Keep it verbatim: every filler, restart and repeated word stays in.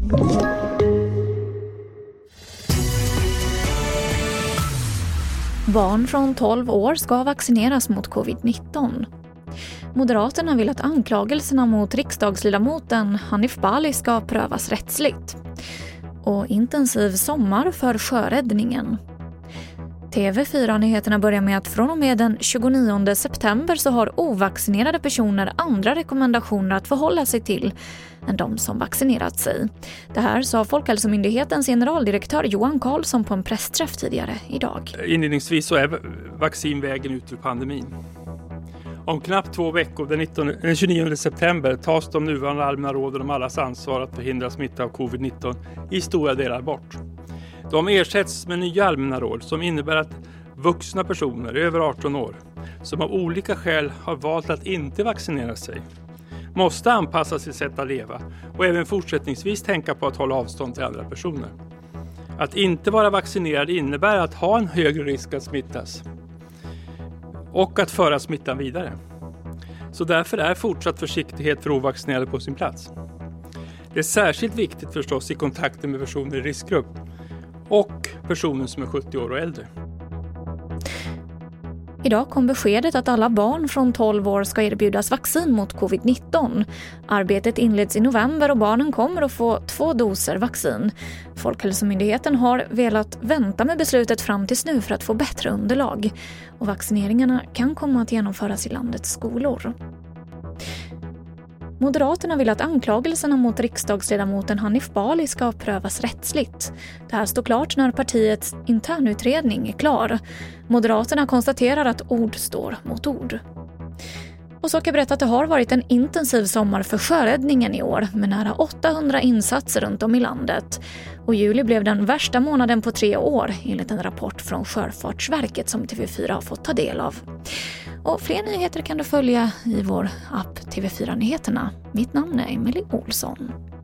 Barn från tolv år ska vaccineras mot covid nitton. Moderaterna vill att anklagelserna mot riksdagsledamoten Hanif Bali ska prövas rättsligt. Och intensiv sommar för sjöräddningen. T V fyra-nyheterna börjar med att från och med den tjugonionde september så har ovaccinerade personer andra rekommendationer att förhålla sig till än de som vaccinerat sig. Det här sa Folkhälsomyndighetens generaldirektör Johan Karlsson på en pressträff tidigare idag. Inledningsvis så är vaccinvägen ut ur pandemin. Om knappt två veckor, den, nittonde, den tjugonionde september, tas de nuvarande allmänna råden om allas ansvar att förhindra smitta av covid nitton i stora delar bort. De ersätts med nya allmänna råd som innebär att vuxna personer över arton år som av olika skäl har valt att inte vaccinera sig måste anpassa sitt sätt att leva och även fortsättningsvis tänka på att hålla avstånd till andra personer. Att inte vara vaccinerad innebär att ha en högre risk att smittas och att föra smittan vidare. Så därför är fortsatt försiktighet för ovaccinerade på sin plats. Det är särskilt viktigt förstås i kontakten med personer i riskgrupp och personer som är sjuttio år och äldre. Idag kom beskedet att alla barn från tolv år ska erbjudas vaccin mot covid nitton. Arbetet inleds i november och barnen kommer att få två doser vaccin. Folkhälsomyndigheten har velat vänta med beslutet fram tills nu för att få bättre underlag. Och vaccineringarna kan komma att genomföras i landets skolor. Moderaterna vill att anklagelserna mot riksdagsledamoten Hanif Bali ska prövas rättsligt. Det här står klart när partiets internutredning är klar. Moderaterna konstaterar att ord står mot ord. Och så kan jag berätta att det har varit en intensiv sommar för sjöräddningen i år med nära åttahundra insatser runt om i landet. Och juli blev den värsta månaden på tre år enligt en rapport från Sjöfartsverket som T V fyra har fått ta del av. Och fler nyheter kan du följa i vår app T V fyra-nyheterna. Mitt namn är Emily Olsson.